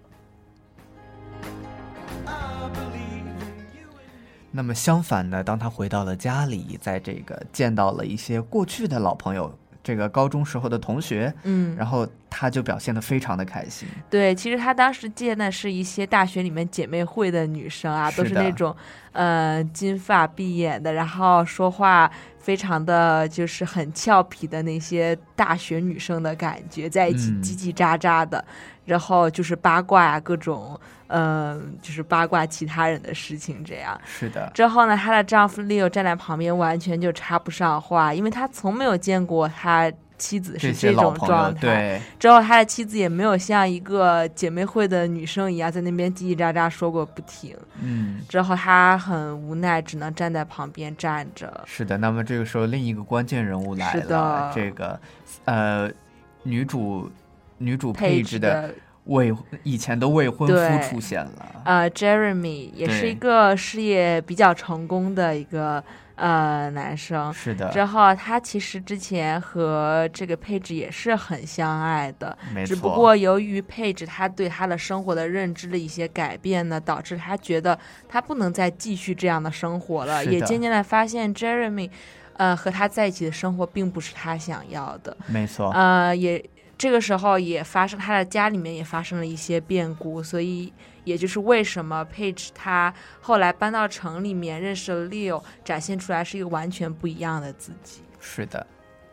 那么相反呢，当他回到了家里，在这个见到了一些过去的老朋友，这个高中时候的同学，嗯，然后他就表现得非常的开心。 对，其实他当时见的是一些大学里面姐妹会的女生啊，都是那种呃金发碧眼的，然后说话非常的就是很俏皮的那些大学女生的感觉，在一起叽叽喳喳的、嗯、然后就是八卦啊，各种嗯、呃，就是八卦其他人的事情这样。 是的。 之后呢，她的丈夫 Leo 站在旁边完全就插不上话，因为他从没有见过他妻子是这种状态。 对。 之后他的妻子也没有像一个姐妹会的女生一样在那边叽叽喳喳说过不停。嗯。之后他很无奈，只能站在旁边站着。 是的。那么这个时候另一个关键人物来了， 是的， 这个呃女主女主配置的未以前的未婚夫出现了。 呃 Jeremy 也是一个事业比较成功的一个呃男生。 是的。 之后他其实之前和这个佩治也是很相爱的， 没错。 只不过由于佩治他对他的生活的认知的一些改变呢，导致他觉得他不能再继续这样的生活了，也渐渐的发现 Jeremy 呃和他在一起的生活并不是他想要的。 没错。 呃也这个时候也发生，他的家里面也发生了一些变故，所以也就是为什么 Paige 他后来搬到城里面认识了 Leo， 展现出来是一个完全不一样的自己。 是的。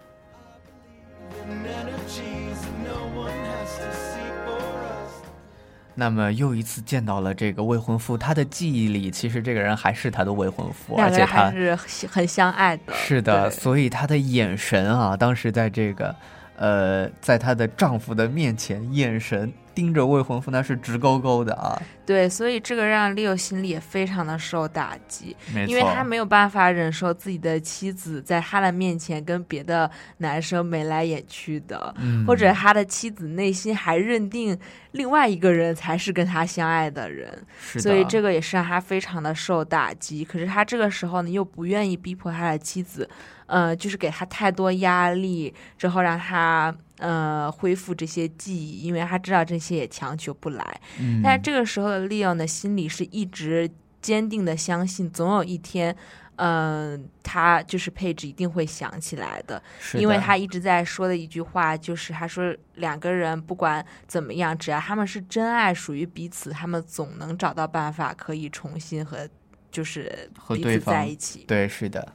那么又一次见到了这个未婚夫，他的记忆里其实这个人还是他的未婚夫， 两个人还是很相爱的。 是的，所以他的眼神啊，当时在这个呃，在她的丈夫的面前，眼神盯着未婚夫，那是直勾勾的啊。 对，所以这个让 Leo 心里也非常的受打击， 没错， 因为他没有办法忍受自己的妻子在他的面前跟别的男生眉来眼去的、嗯、或者他的妻子内心还认定另外一个人才是跟他相爱的人， 是的， 所以这个也是让他非常的受打击。可是他这个时候呢，又不愿意逼迫他的妻子呃，就是给他太多压力，之后让他呃恢复这些记忆，因为他知道这些也强求不来、嗯、但是这个时候的 Leo 呢，心里是一直坚定的相信总有一天嗯、呃，他就是佩治一定会想起来的，因为他一直在说的一句话就是他说两个人不管怎么样，只要他们是真爱属于彼此，他们总能找到办法可以重新和就是彼此在一起。 对，是的。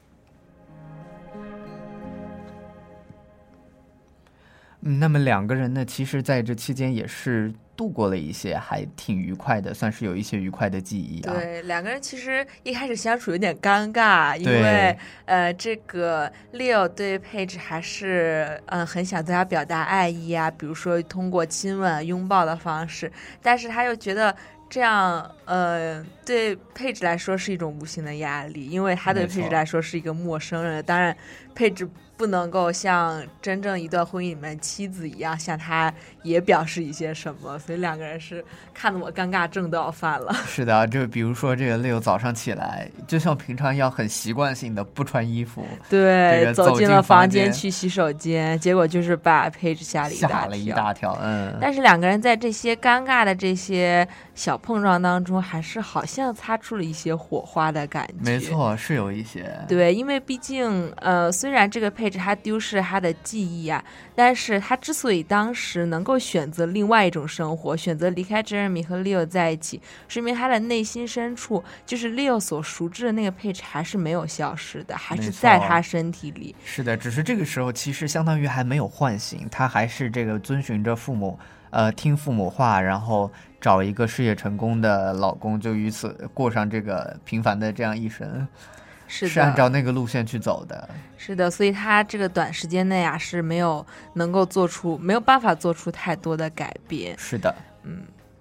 嗯，那么两个人呢，其实在这期间也是度过了一些还挺愉快的，算是有一些愉快的记忆啊。 对，两个人其实一开始相处有点尴尬，因为呃，这个 Leo 对佩治还是嗯、呃、很想对他表达爱意啊，比如说通过亲吻、拥抱的方式，但是他又觉得这样呃对佩治来说是一种无形的压力，因为他对佩治来说是一个陌生人，当然佩治不能够像真正一段婚姻里面妻子一样向他也表示一些什么，所以两个人是看得我尴尬症都要犯了。 是的，就比如说这个 Leo 早上起来就像平常一样很习惯性的不穿衣服， 对、 这个、 走进了房间去洗手间，结果就是把 Paige 吓了一大跳吓了一大跳。嗯， 但是两个人在这些尴尬的这些小碰撞当中还是好像擦出了一些火花的感觉。 没错，是有一些。 对，因为毕竟呃，虽然这个佩治他丢失他的记忆啊，但是他之所以当时能够选择另外一种生活，选择离开 Jeremy 和 Leo 在一起，说明他的内心深处就是 Leo 所熟知的那个佩治还是没有消失的，还是在他身体里。 是的，只是这个时候其实相当于还没有唤醒，他还是这个遵循着父母呃听父母话，然后找一个事业成功的老公，就于此过上这个平凡的这样一生。 是的， 是按照那个路线去走的。 是的，所以他这个短时间内啊是没有能够做出，没有办法做出太多的改变。 是的， 嗯。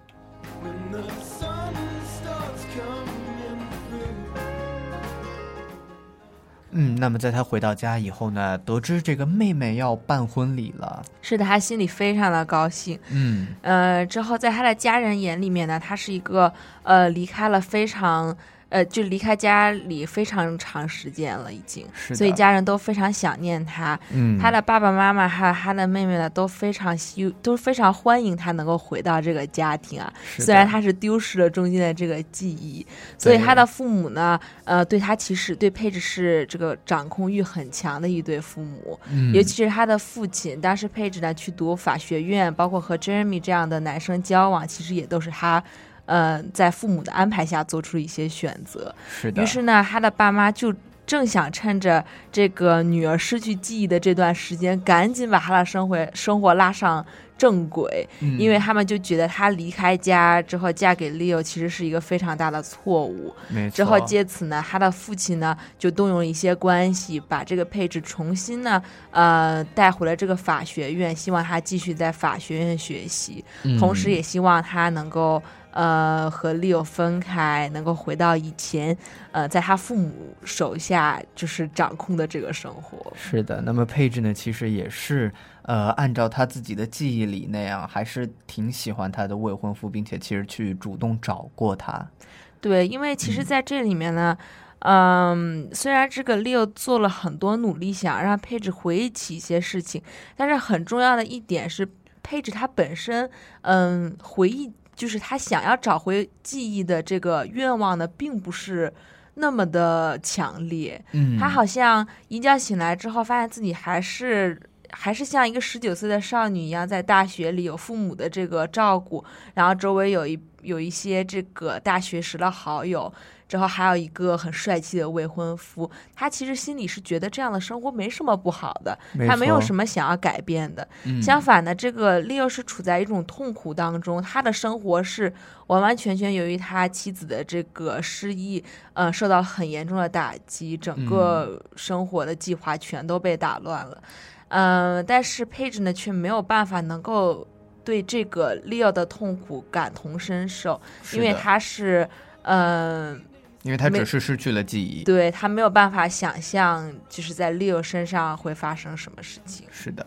嗯，那么在他回到家以后呢，得知这个妹妹要办婚礼了， 是的，他心里非常的高兴。 嗯， 呃，之后在他的家人眼里面呢，他是一个呃离开了非常。呃，就离开家里非常长时间了，已经，所以家人都非常想念他。 嗯， 他的爸爸妈妈还有他的妹妹呢，都非常希都非常欢迎他能够回到这个家庭啊。虽然他是丢失了中间的这个记忆，所以他的父母呢，呃，对他其实对佩芝是这个掌控欲很强的一对父母。 嗯， 尤其是他的父亲，当时佩芝呢去读法学院，包括和 Jeremy 这样的男生交往，其实也都是他。呃，在父母的安排下做出一些选择， 是的。 于是呢，他的爸妈就正想趁着这个女儿失去记忆的这段时间，赶紧把她的生活生活拉上正轨， 嗯、 因为他们就觉得她离开家之后嫁给 Leo 其实是一个非常大的错误。 没错。 之后借此呢，他的父亲呢就动用了一些关系，把这个佩芝重新呢呃带回了这个法学院，希望他继续在法学院学习， 嗯、 同时也希望他能够。呃，和 Leo 分开，能够回到以前，呃，在他父母手下就是掌控的这个生活。 是的，那么佩芝呢，其实也是呃，按照他自己的记忆里那样，还是挺喜欢他的未婚夫，并且其实去主动找过他。 对，因为其实在这里面呢，嗯，嗯虽然这个 Leo 做了很多努力，想让佩芝回忆起一些事情，但是很重要的一点是，佩芝他本身，嗯，回忆。就是他想要找回记忆的这个愿望呢，并不是那么的强烈。 嗯， 他好像一觉醒来之后，发现自己还是还是像一个十九岁的少女一样，在大学里有父母的这个照顾，然后周围有一有一些这个大学时的好友。之后还有一个很帅气的未婚夫，他其实心里是觉得这样的生活没什么不好的，他没有什么想要改变的。 嗯、 相反的，这个 Leo 是处在一种痛苦当中，他的生活是完完全全由于他妻子的这个失忆，呃，受到很严重的打击，整个生活的计划全都被打乱了。嗯、呃，但是 Paige 呢，却没有办法能够对这个 Leo 的痛苦感同身受，因为他是，嗯、呃。 因为他只是失去了记忆， 对，他没有办法想象就是在 Leo 身上会发生什么事情。 是的。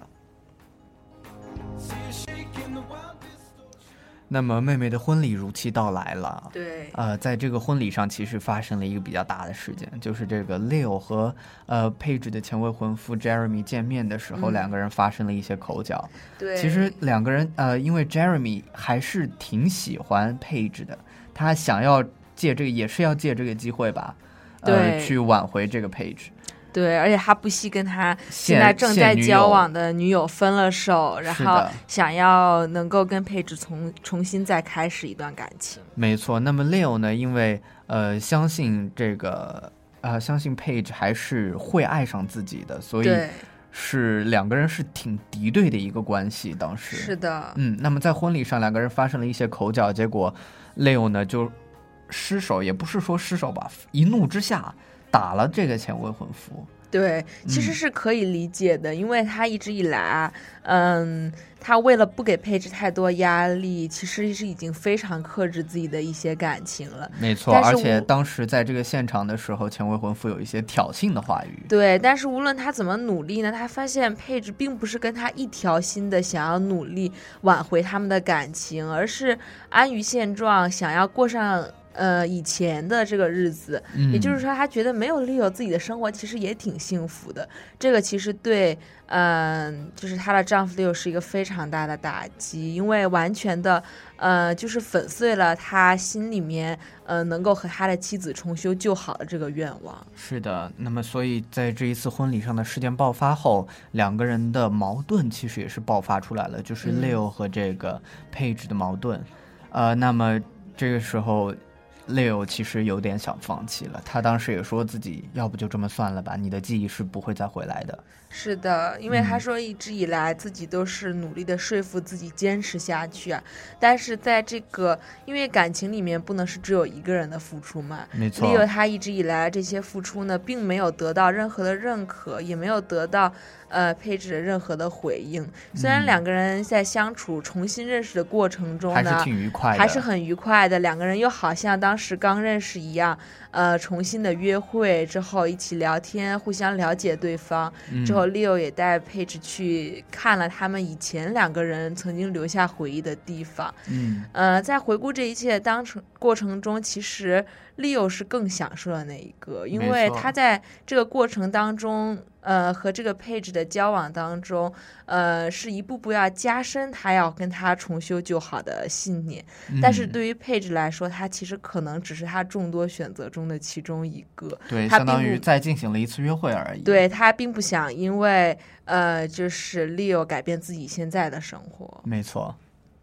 那么妹妹的婚礼如期到来了。 对， 呃，在这个婚礼上其实发生了一个比较大的事件，就是这个 Leo 和呃佩芝的前未婚夫 Jeremy 见面的时候、嗯、两个人发生了一些口角。 对， 其实两个人呃因为 Jeremy 还是挺喜欢佩芝的，他想要借这个也是要借这个机会吧，呃，去挽回这个 Paige。 对，而且他不惜跟他现在正在交往的女友分了手，然后想要能够跟 Paige 重重新再开始一段感情。 没错，那么 Leo 呢，因为呃相信这个呃相信 Paige 还是会爱上自己的，所以是两个人是挺敌对的一个关系。当时是的， 嗯，那么在婚礼上两个人发生了一些口角，结果 Leo 呢就失手，也不是说失手吧，一怒之下打了这个前未婚夫。 对，其实是可以理解的、嗯、因为他一直以来啊，嗯，他为了不给佩芝太多压力，其实是已经非常克制自己的一些感情了。 没错，而且当时在这个现场的时候，前未婚夫有一些挑衅的话语。 对，但是无论他怎么努力呢，他发现佩芝并不是跟他一条心的想要努力挽回他们的感情，而是安于现状，想要过上呃，以前的这个日子、嗯、也就是说他觉得没有 Leo 自己的生活其实也挺幸福的，这个其实对嗯、呃，就是她的丈夫 Leo 是一个非常大的打击，因为完全的呃，就是粉碎了他心里面呃，能够和他的妻子重修旧好的这个愿望。 是的，那么所以在这一次婚礼上的事件爆发后，两个人的矛盾其实也是爆发出来了，就是 Leo 和这个 Paige 的矛盾、嗯、呃，那么这个时候 Leo 其实有点想放弃了，他当时也说自己要不就这么算了吧，你的记忆是不会再回来的。 是的，因为他说一直以来自己都是努力的说服自己坚持下去啊，但是在这个因为感情里面不能是只有一个人的付出嘛， 没错 Leo 他一直以来这些付出呢并没有得到任何的认可，也没有得到呃配置的任何的回应。虽然两个人在相处重新认识的过程中呢还是挺愉快的， 还是很愉快的，两个人又好像当时刚认识一样，呃，重新的约会之后一起聊天，互相了解对方。 嗯之后 Leo 也带佩置去看了他们以前两个人曾经留下回忆的地方。 嗯， 呃，在回顾这一切当程过程中，其实 Leo 是更享受的那一个，因为没错他在这个过程当中，呃，和这个佩置的交往当中，呃，是一步步要加深他要跟他重修旧好的信念。 嗯但是对于佩置来说，他其实可能只是他众多选择中的其中一个。 对， 他相当于并不再进行了一次约会而已。 对，他并不想因为呃，就是 Leo 改变自己现在的生活。 没错。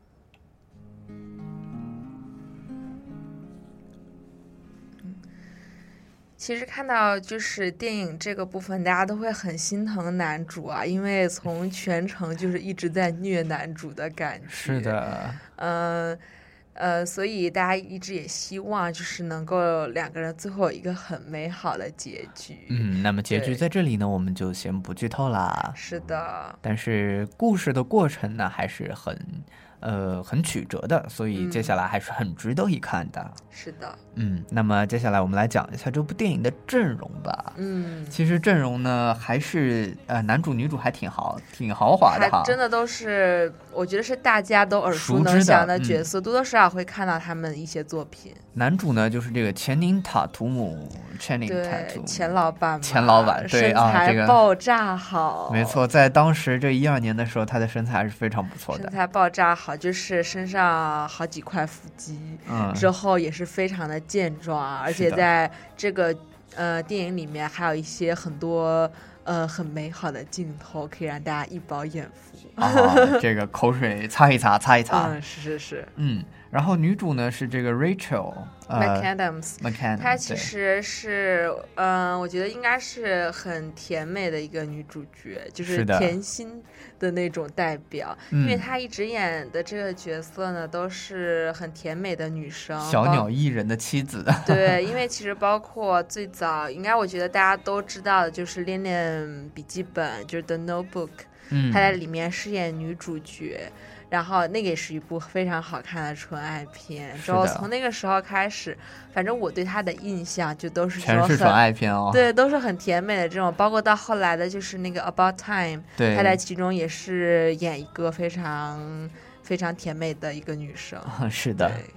其实看到就是电影这个部分，大家都会很心疼男主啊，因为从全程就是一直在虐男主的感觉。 是的， 嗯。呃，所以大家一直也希望就是能够两个人最后有一个很美好的结局。 嗯，那么结局对在这里呢，我们就先不剧透啦。 是的， 但是故事的过程呢，还是很呃很曲折的，所以接下来还是很值得一看的。 是的， 嗯，那么接下来我们来讲一下这部电影的阵容吧。 嗯， 其实阵容呢，还是呃男主女主还挺豪挺豪华的哈， 还真的都是我觉得是大家都耳熟熟知的能详的嗯角色，多多少少会看到他们一些作品。 男主呢就是这个钱宁塔图姆 Channing 对 Tatum， 钱老板嘛， 钱老板对身啊这个材爆炸好， 没错，在当时这一二年的时候，他的身材还是非常不错的。 身材爆炸好，就是身上好几块腹肌， 嗯， 之后也是非常的健壮，而且是的在这个呃电影里面还有一些很多呃很美好的镜头，可以让大家一饱眼福。 啊，这个口水擦一擦，擦一擦。 嗯，是是是。 嗯，然后女主呢是这个 Rachel，呃 McAdams， ，McAdams， 她其对实是，嗯、我觉得应该是很甜美的一个女主角，就是是的甜心的那种代表。 嗯因为她一直演的这个角色呢，都是很甜美的女生， 小包鸟依人的妻子。 对，因为其实包括最早，应该我觉得大家都知道的，就是《恋恋笔记本》，就是《The Notebook》， 嗯， 她在里面饰演女主角。然后那个也是一部非常好看的纯爱片。之后是的从那个时候开始，反正我对她的印象就都是说很全是纯爱片哦。 对，都是很甜美的这种。包括到后来的就是那个《About Time》， 对， 她在其中也是演一个非常非常甜美的一个女生。 是的。 对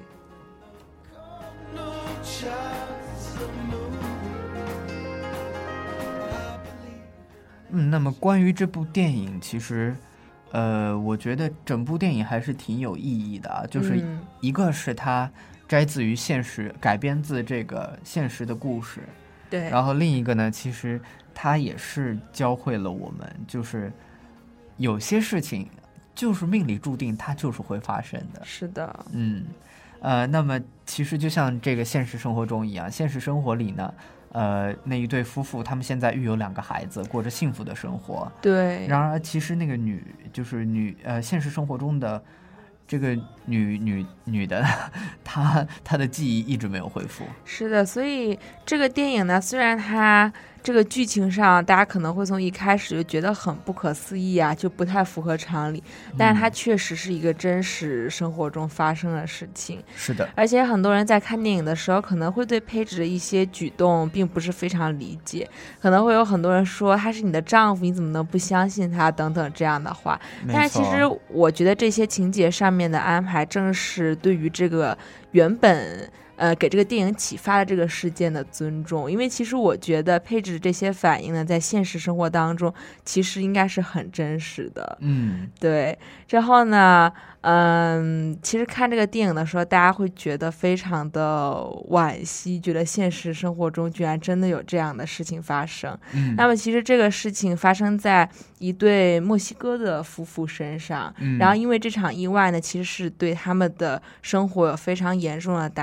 嗯，那么关于这部电影，其实，呃，我觉得整部电影还是挺有意义的啊。就是嗯一个是它摘自于现实，改编自这个现实的故事， 对， 然后另一个呢，其实它也是教会了我们，就是有些事情就是命里注定，它就是会发生的。 是的， 嗯，呃，那么其实就像这个现实生活中一样，现实生活里呢，呃，那一对夫妇他们现在育有两个孩子，过着幸福的生活。 对， 然而，其实那个女就是女呃，现实生活中的这个女女女的，她她的记忆一直没有恢复。 是的，所以这个电影呢，虽然它这个剧情上大家可能会从一开始就觉得很不可思议啊，就不太符合常理，但是它确实是一个真实生活中发生的事情。 是的， 而且很多人在看电影的时候，可能会对佩芝的一些举动并不是非常理解，可能会有很多人说他是你的丈夫，你怎么能不相信他等等这样的话。但是其实我觉得这些情节上面的安排，正是对于这个原本呃给这个电影启发的这个事件的尊重。因为其实我觉得佩芝这些反应呢，在现实生活当中其实应该是很真实的。 嗯， 对。之后呢，嗯，其实看这个电影的时候，大家会觉得非常的惋惜，觉得现实生活中居然真的有这样的事情发生。 嗯， 那么其实这个事情发生在一对墨西哥的夫妇身上， 嗯、 然后因为这场意外呢，其实是对他们的生活有非常严重的打击。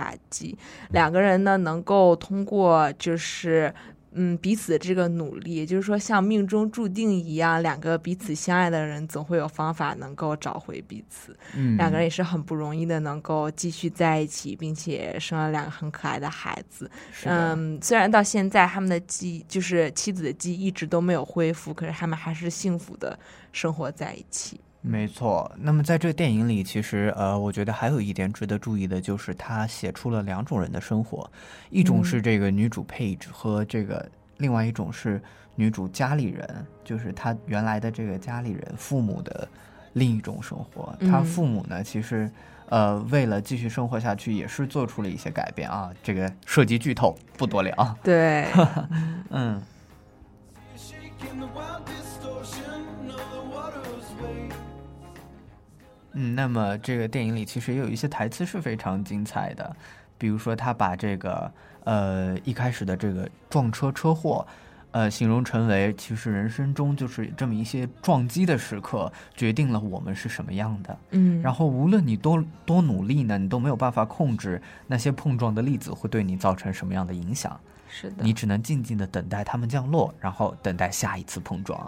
系，两个人呢能够通过就是嗯彼此的这个努力，也就是说像命中注定一样，两个彼此相爱的人总会有方法能够找回彼此。 嗯， 两个人也是很不容易的能够继续在一起，并且生了两个很可爱的孩子。 是的嗯，虽然到现在他们的记就是妻子的记忆一直都没有恢复，可是他们还是幸福的生活在一起。 没错。那么在这个电影里，其实呃，我觉得还有一点值得注意的，就是他写出了两种人的生活，一种是这个女主 Paige 和这个另外一种是女主家里人，就是她原来的这个家里人父母的另一种生活。她父母呢，其实呃为了继续生活下去，也是做出了一些改变啊。这个涉及剧透，不多聊。 对， 嗯。嗯，那么这个电影里其实也有一些台词是非常精彩的，比如说他把这个呃一开始的这个撞车车祸，呃形容成为其实人生中就是这么一些撞击的时刻，决定了我们是什么样的。 嗯， 然后无论你多多努力呢，你都没有办法控制那些碰撞的粒子会对你造成什么样的影响。 是的， 你只能静静的等待它们降落，然后等待下一次碰撞。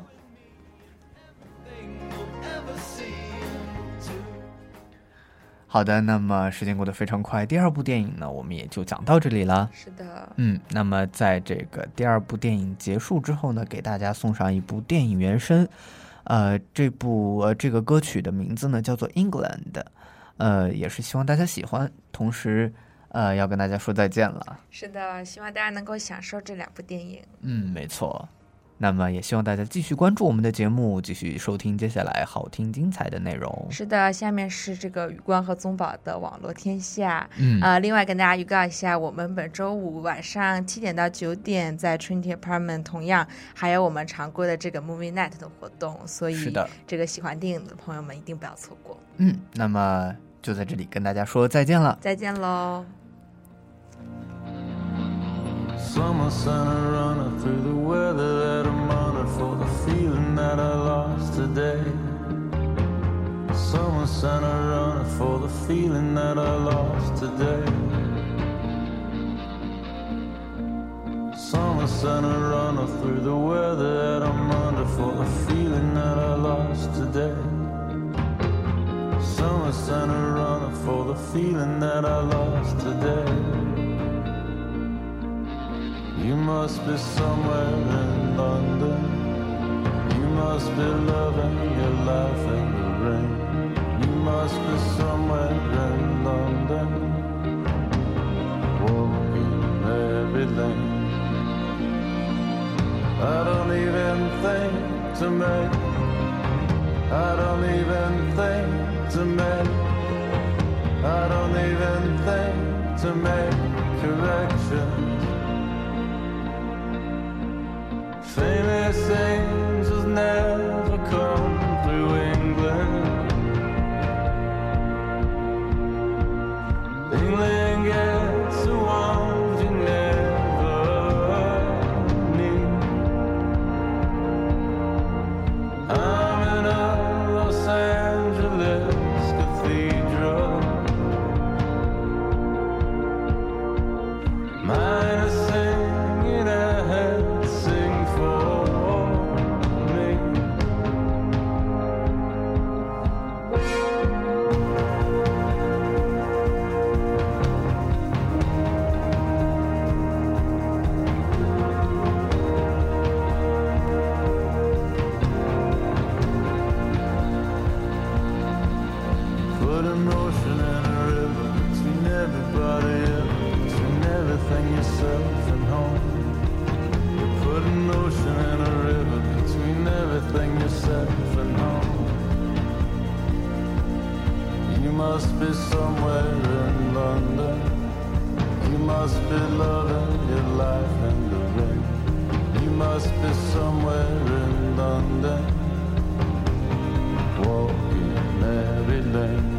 好的，那么时间过得非常快，第二部电影呢，我们也就讲到这里了。 是的， 嗯，那么在这个第二部电影结束之后呢，给大家送上一部电影原声。呃，这部呃这个歌曲的名字呢叫做 England， 呃，也是希望大家喜欢，同时呃要跟大家说再见了。 是的，希望大家能够享受这两部电影。 嗯，没错。那么也希望大家继续关注我们的节目，继续收听接下来好听精彩的内容。 是的，下面是这个宇光和宗宝的网络天下。 嗯呃，另外跟大家预告一下，我们本周五晚上七点到九点在 Trinity Apartment 同样还有我们常规的这个 Movie Night 的活动，所以是的， 这个喜欢电影的朋友们一定不要错过。 嗯，那么就在这里跟大家说再见了。 再见喽。 Summer sun a runner through the weather that I'm under for the feeling that I lost today. Summer sun a runner for the feeling that I lost today. Summer sun a runner through the weather that I'm under for the feeling that I lost today. Summer sun a runner for the feeling that I lost today.You must be somewhere in London. You must be loving your life in the rain. You must be somewhere in London, walking every lane. I don't even think to make. I don't even think to make. I don't even think to make corrections.Famous angels never come through England. England gets the ones you never need. I'm in a Los Angeles cathedral. Mine is singing ahead.Put an ocean and a river between everybody else, between everything yourself and home. You put an ocean and a river between everything yourself and home. You must be somewhere in London. You must be loving your life in the rain. You must be somewhere in London, walking every lane.